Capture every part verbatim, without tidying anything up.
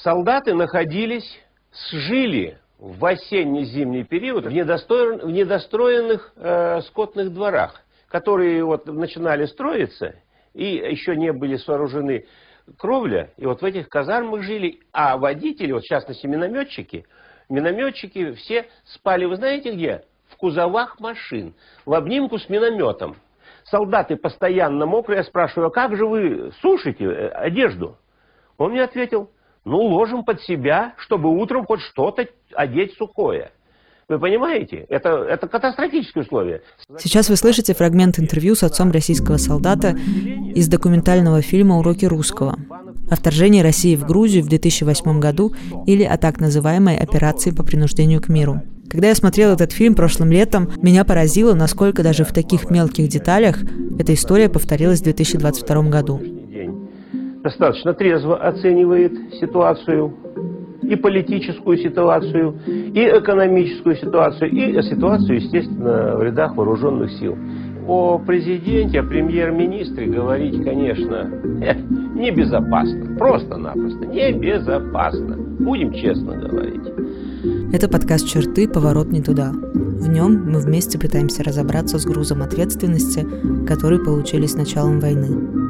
Солдаты находились, жили в осенне-зимний период в, недостроен, в недостроенных э, скотных дворах, которые вот начинали строиться и еще не были сооружены кровля, и вот в этих казармах жили, а водители, вот в частности минометчики, минометчики все спали, вы знаете где? В кузовах машин, в обнимку с минометом. Солдаты постоянно мокрые, я спрашиваю, а как же вы сушите одежду? Он мне ответил, ну ложим под себя, чтобы утром хоть что-то одеть сухое. Вы понимаете? Это, это катастрофические условия. Сейчас вы слышите фрагмент интервью с отцом российского солдата из документального фильма «Уроки русского» о вторжении России в Грузию в две тысячи восьмом году или о так называемой операции по принуждению к миру. Когда я смотрел этот фильм прошлым летом, меня поразило, насколько даже в таких мелких деталях эта история повторилась в две тысячи двадцать втором году. Достаточно трезво оценивает ситуацию, и политическую ситуацию, и экономическую ситуацию, и ситуацию, естественно, в рядах вооруженных сил. О президенте, о премьер-министре говорить, конечно, небезопасно. Просто-напросто небезопасно. Будем честно говорить. Это подкаст «Черты. Поворот не туда». В нем мы вместе пытаемся разобраться с грузом ответственности, который получили с началом войны.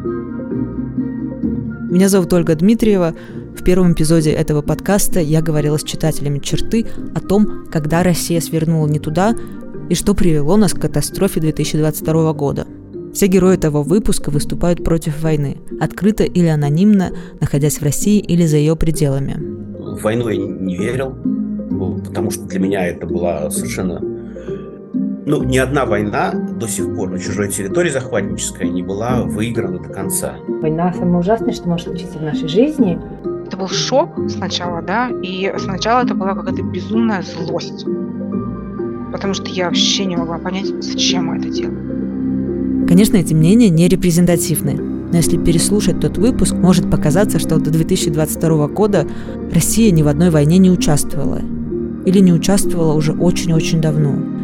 Меня зовут Ольга Дмитриева. В первом эпизоде этого подкаста я говорила с читателями «Черты» о том, когда Россия свернула не туда и что привело нас к катастрофе две тысячи двадцать второго года. Все герои того выпуска выступают против войны, открыто или анонимно, находясь в России или за ее пределами. В войну я не верил, потому что для меня это была совершенно... Ну, ни одна война до сих пор на чужой территории захватническая не была выиграна до конца. Война самое ужасное, что может случиться в нашей жизни. Это был шок сначала, да, и сначала это была какая-то безумная злость. Потому что я вообще не могла понять, зачем мы это делаем. Конечно, эти мнения не репрезентативны. Но если переслушать тот выпуск, может показаться, что до две тысячи двадцать второго года Россия ни в одной войне не участвовала. Или не участвовала уже очень-очень давно.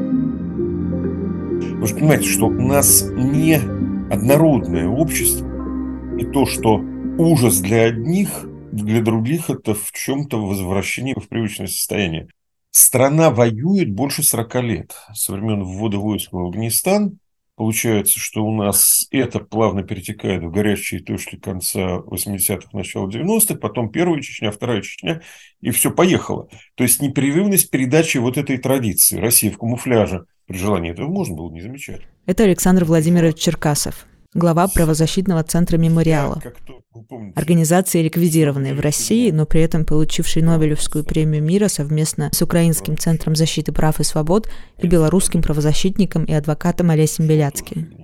Вы же понимаете, что у нас не однородное общество, и то, что ужас для одних, для других это в чем-то возвращение в привычное состояние. Страна воюет больше сорока лет. Со времен ввода войск в Афганистан. Получается, что у нас это плавно перетекает в горячие точки конца восьмидесятых, начала девяностых, потом первая Чечня, вторая Чечня, и все поехало. То есть непрерывность передачи вот этой традиции. Россия в камуфляже. При желании этого можно было не замечать. Это Александр Владимирович Черкасов, глава правозащитного центра «Мемориала». Организации, ликвидированной в России, но при этом получившей Нобелевскую премию мира совместно с Украинским центром защиты прав и свобод и белорусским правозащитником и адвокатом Олесем Беляцким.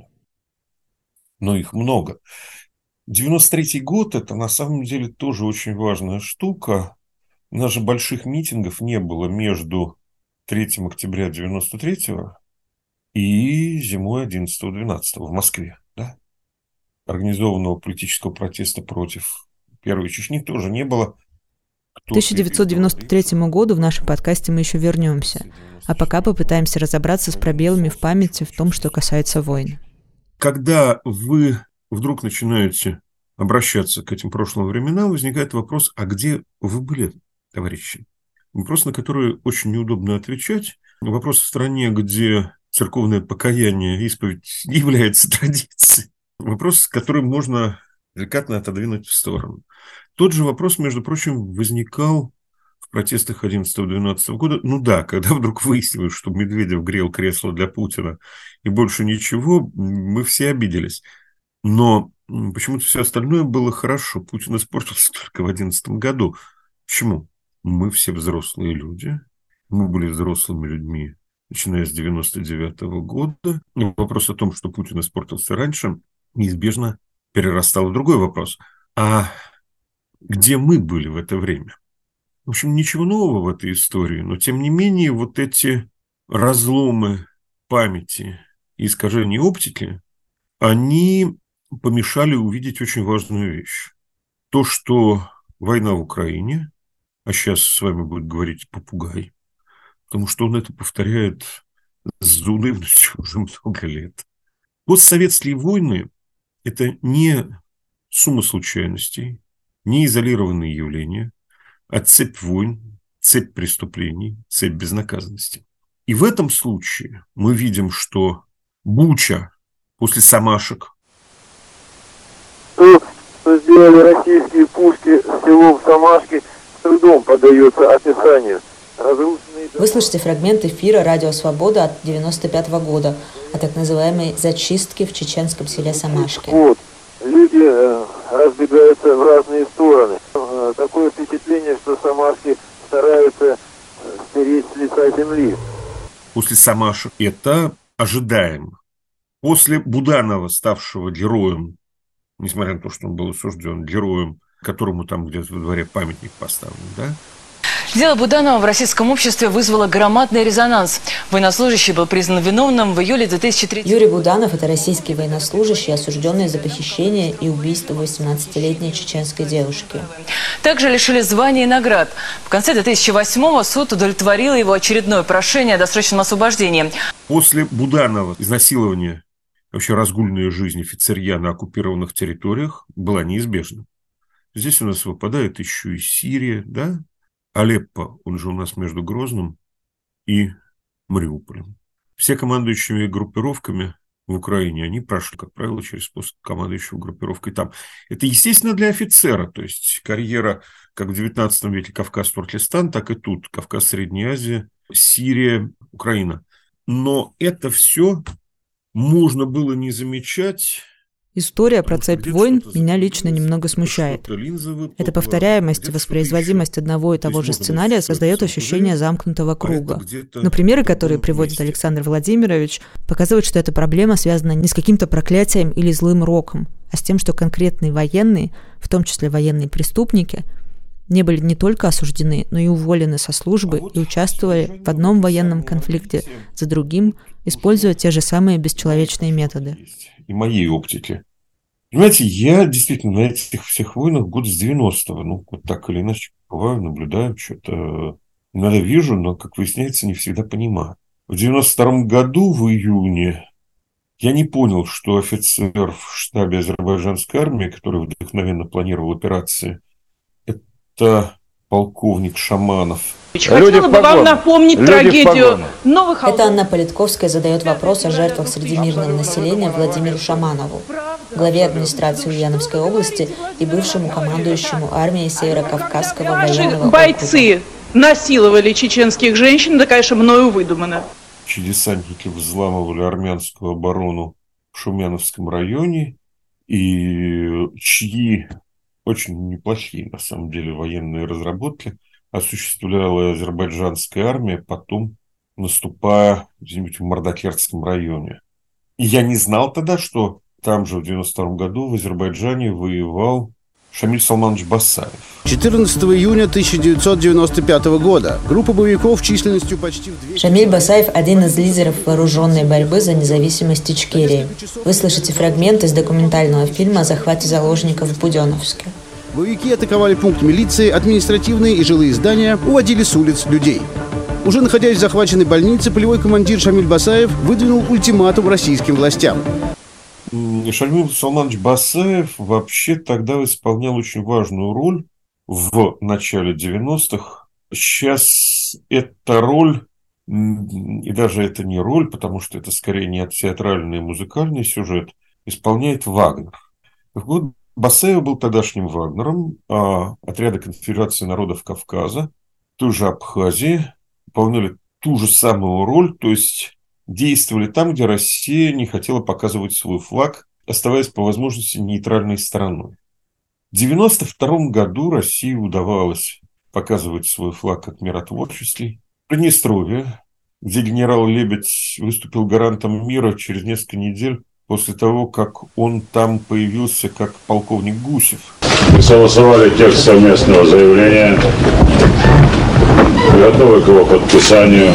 Но их много. девяносто третий год – это на самом деле тоже очень важная штука. У нас же больших митингов не было между третьего октября девяносто третьего и зимой одиннадцатого-двенадцатого в Москве. Да? Организованного политического протеста против Первой Чечни тоже не было. К тысяча девятьсот девяносто третьему году в нашем подкасте мы еще вернемся, а пока попытаемся разобраться с пробелами в памяти в том, что касается войн. Когда вы вдруг начинаете обращаться к этим прошлым временам, возникает вопрос, а где вы были, товарищи? Вопрос, на который очень неудобно отвечать. Вопрос в стране, где церковное покаяние, исповедь не является традицией. Вопрос, который можно деликатно отодвинуть в сторону. Тот же вопрос, между прочим, возникал в протестах одиннадцатого-двенадцатого года. Ну да, когда вдруг выяснилось, что Медведев грел кресло для Путина и больше ничего, мы все обиделись. Но почему-то все остальное было хорошо. Путин испортился только в одиннадцатом году. Почему? Мы все взрослые люди. Мы были взрослыми людьми, начиная с девяносто девятого года. И вопрос о том, что Путин испортился раньше, неизбежно перерастал в другой вопрос. А где мы были в это время? В общем, ничего нового в этой истории, но, тем не менее, вот эти разломы памяти и искажения оптики, они помешали увидеть очень важную вещь. То, что война в Украине, а сейчас с вами будет говорить попугай, потому что он это повторяет с заунывностью уже много лет. Постсоветские войны – это не сумма случайностей, не изолированные явления. а цепь войн, цепь преступлений, цепь безнаказанности. И в этом случае мы видим, что Буча после Самашек. То, что сделали российские пушки с селом Самашки, с трудом поддается описанию. Разрушенные... Вы слышите фрагмент эфира «Радио Свобода» от девяносто пятого года о так называемой зачистке в чеченском селе Самашки. Вот. Люди э, разбегаются в разные стороны. Э, такое впечатление, что Самашки стараются э, стереть с лица земли. После Самашек это ожидаемо. После Буданова, ставшего героем, несмотря на то, что он был осужден, героем, которому там где-то во дворе памятник поставлен, да? Дело Буданова в российском обществе вызвало громадный резонанс. Военнослужащий был признан виновным в июле две тысячи третьего года. Юрий Буданов – это российский военнослужащий, осужденный за похищение и убийство восемнадцатилетней чеченской девушки. Также лишили звания и наград. В конце две тысячи восьмого суд удовлетворил его очередное прошение о досрочном освобождении. После Буданова изнасилование, вообще разгульная жизнь офицерья на оккупированных территориях была неизбежна. Здесь у нас выпадает еще и Сирия, да? Алеппо, он же у нас между Грозным и Мариуполем. Все командующими группировками в Украине, они прошли, как правило, через пост командующего группировкой там. Это, естественно, для офицера, то есть карьера, как в девятнадцатом веке Кавказ-Туркестан, так и тут Кавказ-Средняя Азия, Сирия, Украина. Но это все можно было не замечать. История про цепь войн меня лично немного смущает. Эта повторяемость и воспроизводимость одного и того же сценария создает ощущение замкнутого круга. Но примеры, которые приводит Александр Владимирович, показывают, что эта проблема связана не с каким-то проклятием или злым роком, а с тем, что конкретные военные, в том числе военные преступники, не были не только осуждены, но и уволены со службы и участвовали в одном военном конфликте за другим, используя те же самые бесчеловечные методы. И моей оптики. Понимаете, я действительно на этих всех войнах год с девяностого, ну, вот так или иначе, бываю, наблюдаю, что-то иногда вижу, но, как выясняется, не всегда понимаю. В девяносто втором году, в июне, я не понял, что офицер в штабе азербайджанской армии, который вдохновенно планировал операции, это полковник Шаманов. Хотела бы вам напомнить Люди трагедию новых... Это Анна Политковская задает вопрос о жертвах среди мирного населения Владимиру Шаманову, главе администрации Ульяновской области и бывшему командующему армией Северо-Кавказского военного округа. Бойцы насиловали чеченских женщин, это, конечно, мною выдумано. Десантники взламывали армянскую оборону в Шумяновском районе, и чьи очень неплохие, на самом деле, военные разработки осуществляла азербайджанская армия, потом наступая где-нибудь в Мардакерском районе. И я не знал тогда, что там же в девяносто втором году в Азербайджане воевал Шамиль Салманович Басаев. четырнадцатого июня тысяча девятьсот девяносто пятого года группа боевиков численностью почти в двести... Шамиль Басаев – один из лидеров вооруженной борьбы за независимость Ичкерии. Вы слышите фрагмент из документального фильма о захвате заложников в Буденновске. Боевики атаковали пункт милиции, административные и жилые здания, уводили с улиц людей. Уже находясь в захваченной больнице, полевой командир Шамиль Басаев выдвинул ультиматум российским властям. Шамиль Салманович Басаев вообще тогда исполнял очень важную роль в начале девяностых. Сейчас эта роль, и даже это не роль, потому что это скорее не театральный и музыкальный сюжет, исполняет Вагнер. Вот Басаев был тогдашним Вагнером, а отряды Конфедерации народов Кавказа, той же Абхазии, выполняли ту же самую роль, то есть действовали там, где Россия не хотела показывать свой флаг, оставаясь по возможности нейтральной стороной. В девяносто втором году России удавалось показывать свой флаг как миротворческий. Приднестровье, где генерал Лебедь выступил гарантом мира через несколько недель после того, как он там появился как полковник Гусев. Мы согласовали текст совместного заявления, готовы к его подписанию.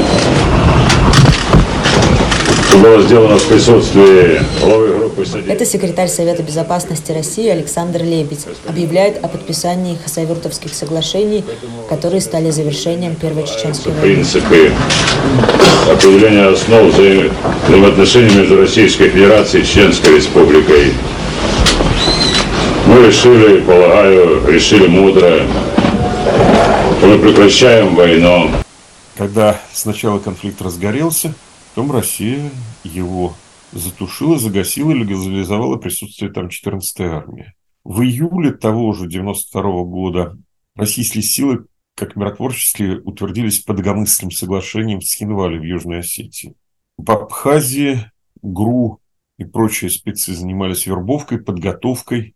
Было сделано в присутствии главы группы содействия. Это секретарь Совета безопасности России Александр Лебедь объявляет о подписании Хасавюртовских соглашений, которые стали завершением Первой Чеченской войны. Принципы определения основ взаимоотношений между Российской Федерацией и Чеченской Республикой. Мы решили, полагаю, решили мудро Мы прекращаем войну. Когда сначала конфликт разгорелся, потом Россия его затушила, загасила и легализовала присутствие там четырнадцатой армии. В июле того же девяносто второго года российские силы, как миротворческие, утвердились по Дагомысским соглашениям в Схинвале в Южной Осетии. В Абхазии ГРУ и прочие спецы занимались вербовкой, подготовкой,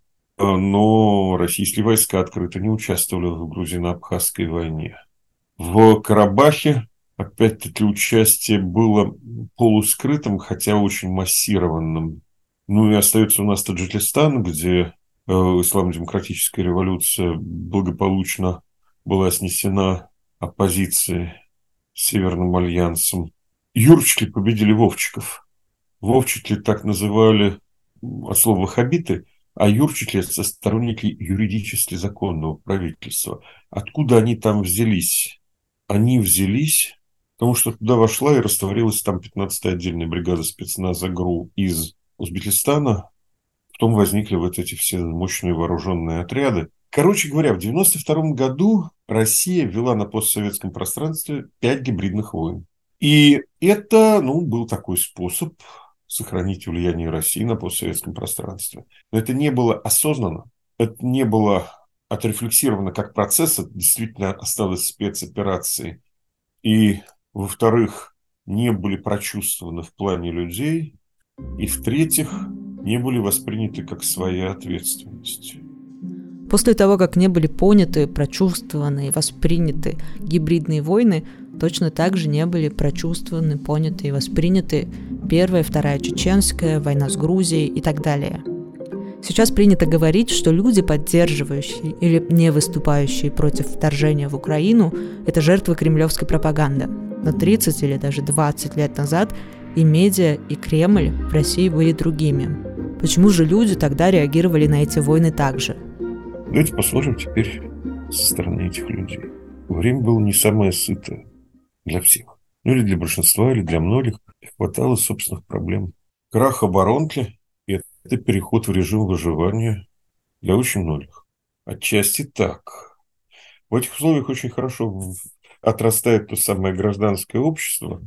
но российские войска открыто не участвовали в грузино-абхазской войне. В Карабахе, опять-таки, участие было полускрытым, хотя очень массированным. Ну и остается у нас Таджикистан, где э, ислам-демократическая революция благополучно была снесена оппозицией Северным альянсом. Юрчики победили вовчиков. Вовчики так называли от слова ваххабиты, а юрчики – это сторонники юридически законного правительства. Откуда они там взялись? Они взялись, потому что туда вошла и растворилась там пятнадцатая отдельная бригада спецназа ГРУ из Узбекистана. Потом возникли вот эти все мощные вооруженные отряды. Короче говоря, в девяносто втором году Россия ввела на постсоветском пространстве пять гибридных войн. И это, ну, был такой способ сохранить влияние России на постсоветском пространстве. Но это не было осознанно, это не было отрефлексировано как процесс, это действительно осталось спецоперацией. И, во-вторых, не были прочувствованы в плане людей. И, в-третьих, не были восприняты как своя ответственность. После того, как не были поняты, прочувствованы и восприняты гибридные войны, точно так же не были прочувствованы, поняты и восприняты Первая, Вторая Чеченская, война с Грузией и так далее. Сейчас принято говорить, что люди, поддерживающие или не выступающие против вторжения в Украину, это жертвы кремлевской пропаганды. Но тридцать или даже двадцать лет назад и медиа, и Кремль в России были другими. Почему же люди тогда реагировали на эти войны так же? Давайте посмотрим теперь со стороны этих людей. Время было не самое сытое для всех. Ну или для большинства, или для многих. Хватало собственных проблем. Крах оборонки – это переход в режим выживания для очень многих. Отчасти так. В этих условиях очень хорошо отрастает то самое гражданское общество,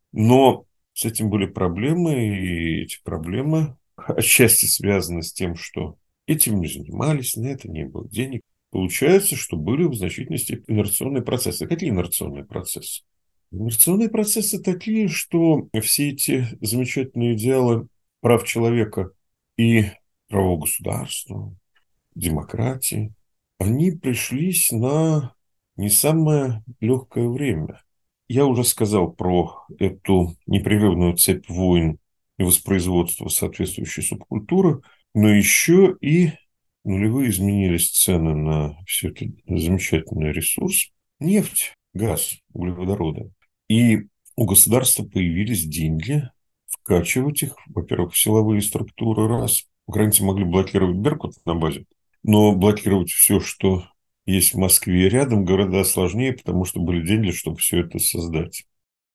но с этим были проблемы, и эти проблемы отчасти связаны с тем, что этим не занимались, на это не было денег. Получается, что были в значительной степени инерционные процессы. Какие инерционные процессы? Инерционные процессы такие, что все эти замечательные идеалы прав человека и правового государства, демократии, они пришлись на не самое легкое время. Я уже сказал про эту непрерывную цепь войн и воспроизводства соответствующей субкультуры, но еще и нулевые изменились цены на все это замечательный ресурс. Нефть, газ, углеводороды. И у государства появились деньги вкачивать их, во-первых, в силовые структуры, раз. Украинцы могли блокировать Беркут на базе, но блокировать все, что есть в Москве и рядом, города сложнее, потому что были деньги, чтобы все это создать.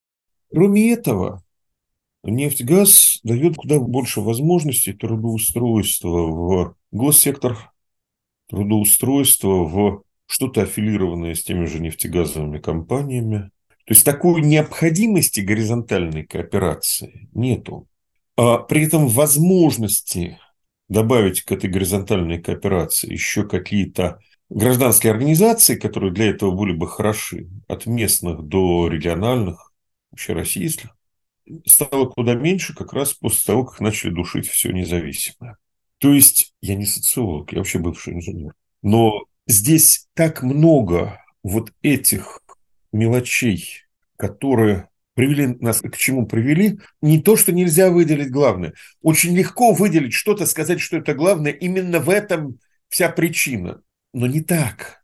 Кроме этого, нефть-газ дает куда больше возможностей трудоустройства в госсектор, трудоустройства в что-то аффилированное с теми же нефтегазовыми компаниями. То есть такой необходимости горизонтальной кооперации нету. А при этом возможности добавить к этой горизонтальной кооперации еще какие-то гражданские организации, которые для этого были бы хороши, от местных до региональных, общероссийских, стало куда меньше как раз после того, как начали душить все независимое. То есть, я не социолог, я вообще бывший инженер, но здесь так много вот этих мелочей, которые привели нас к чему привели, не то, что нельзя выделить главное. Очень легко выделить что-то, сказать, что это главное, именно в этом вся причина. Но не так.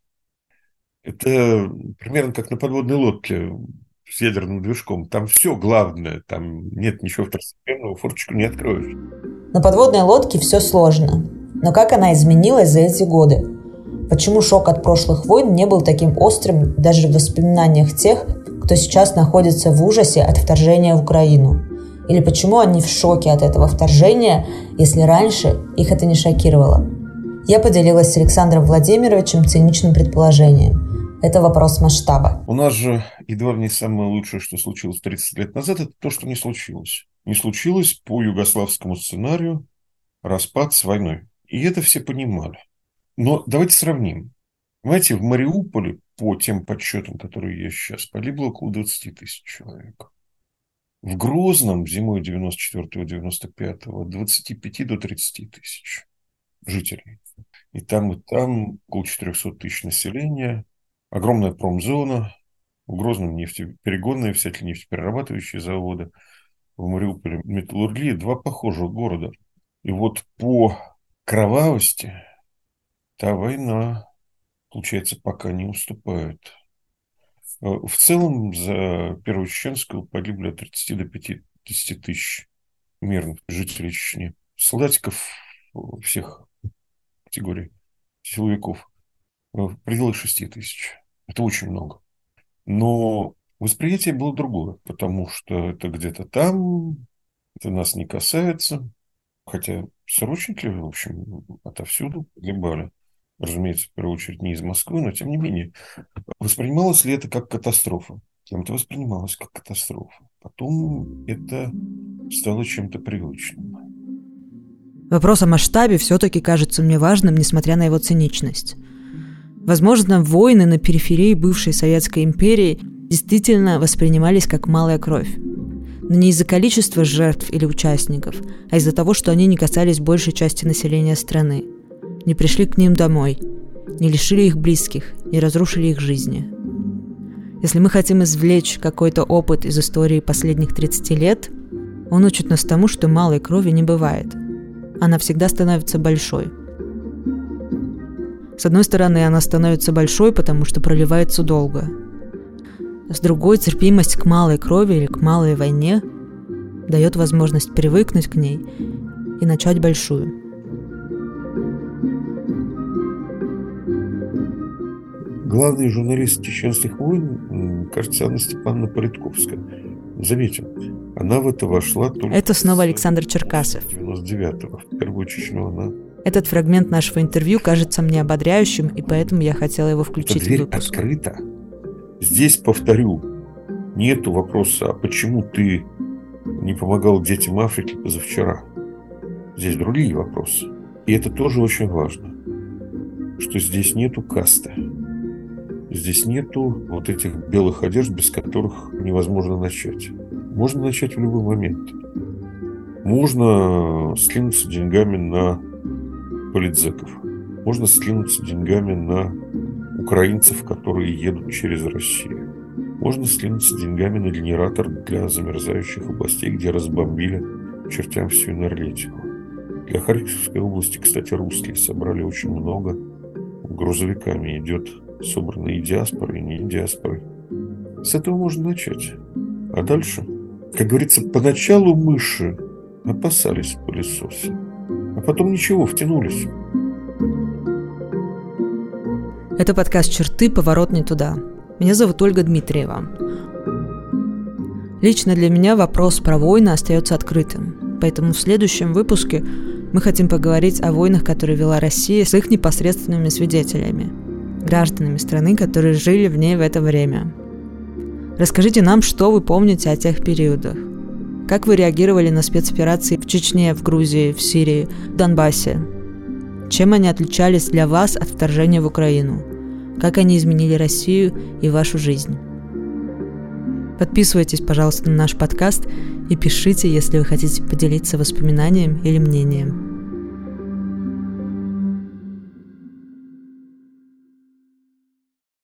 Это примерно как на подводной лодке с ядерным движком. Там все главное, там нет ничего второстепенного, форточку не откроешь. На подводной лодке все сложно. Но как она изменилась за эти годы? Почему шок от прошлых войн не был таким острым даже в воспоминаниях тех, кто сейчас находится в ужасе от вторжения в Украину? Или почему они в шоке от этого вторжения, если раньше их это не шокировало? Я поделилась с Александром Владимировичем циничным предположением. Это вопрос масштаба. У нас же едва ли не самое лучшее, что случилось тридцать лет назад, это то, что не случилось. Не случилось по югославскому сценарию распад с войной. И это все понимали. Но давайте сравним. Понимаете, в Мариуполе, по тем подсчетам, которые есть сейчас, погибло около двадцать тысяч человек. В Грозном зимой девяносто четвёртого - девяносто пятого от двадцати пяти до тридцати тысяч жителей. И там, и там около четырехсот тысяч населения. Огромная промзона. В Грозном нефтеперегонные, всякие нефтеперерабатывающие заводы. В Мариуполе металлургия. Два похожих города. И вот по кровавости та война, получается, пока не уступает. В целом за Первую Чеченскую погибли от тридцати до пятидесяти тысяч мирных жителей Чечни. Солдатиков всех категорий силовиков в пределах шести тысяч. Это очень много. Но восприятие было другое, потому что это где-то там, это нас не касается. Хотя срочники, в общем, отовсюду погибали. Разумеется, в первую очередь не из Москвы, но тем не менее. Воспринималось ли это как катастрофа? Кем-то воспринималось как катастрофа. Потом это стало чем-то привычным. Вопрос о масштабе все-таки кажется мне важным, несмотря на его циничность. Возможно, войны на периферии бывшей Советской империи действительно воспринимались как малая кровь. Но не из-за количества жертв или участников, а из-за того, что они не касались большей части населения страны. Не пришли к ним домой, не лишили их близких, не разрушили их жизни. Если мы хотим извлечь какой-то опыт из истории последних тридцати лет, он учит нас тому, что малой крови не бывает. Она всегда становится большой. С одной стороны, она становится большой, потому что проливается долго. С другой, терпимость к малой крови или к малой войне дает возможность привыкнуть к ней и начать большую. Главный журналист чеченских войн, кажется, Анна Степановна Политковская. Заметим, она в это вошла только... Это снова Александр Черкасов. девяносто девятого. В первую Чечню она... Этот фрагмент нашего интервью кажется мне ободряющим, и поэтому я хотела его включить в выпуск. Дверь открыта. Здесь, повторю, нету вопроса, а почему ты не помогал детям Африки позавчера? Здесь другие вопросы. И это тоже очень важно, что здесь нету касты. Здесь нету вот этих белых одежд, без которых невозможно начать. Можно начать в любой момент. Можно скинуться деньгами на политзеков. Можно скинуться деньгами на украинцев, которые едут через Россию. Можно скинуться деньгами на генератор для замерзающих областей, где разбомбили чертям всю энергетику. Для Харьковской области, кстати, русские собрали очень много. Грузовиками идет собрано и диаспорой, и не диаспорой. С этого можно начать. А дальше, как говорится, поначалу мыши опасались пылесоса, а потом ничего, втянулись. Это подкаст «Черты. Поворот не туда». Меня зовут Ольга Дмитриева. Лично для меня вопрос про войны остается открытым, поэтому в следующем выпуске мы хотим поговорить о войнах, которые вела Россия, с их непосредственными свидетелями, гражданами страны, которые жили в ней в это время. Расскажите нам, что вы помните о тех периодах. Как вы реагировали на спецоперации в Чечне, в Грузии, в Сирии, в Донбассе? Чем они отличались для вас от вторжения в Украину? Как они изменили Россию и вашу жизнь? Подписывайтесь, пожалуйста, на наш подкаст и пишите, если вы хотите поделиться воспоминанием или мнением.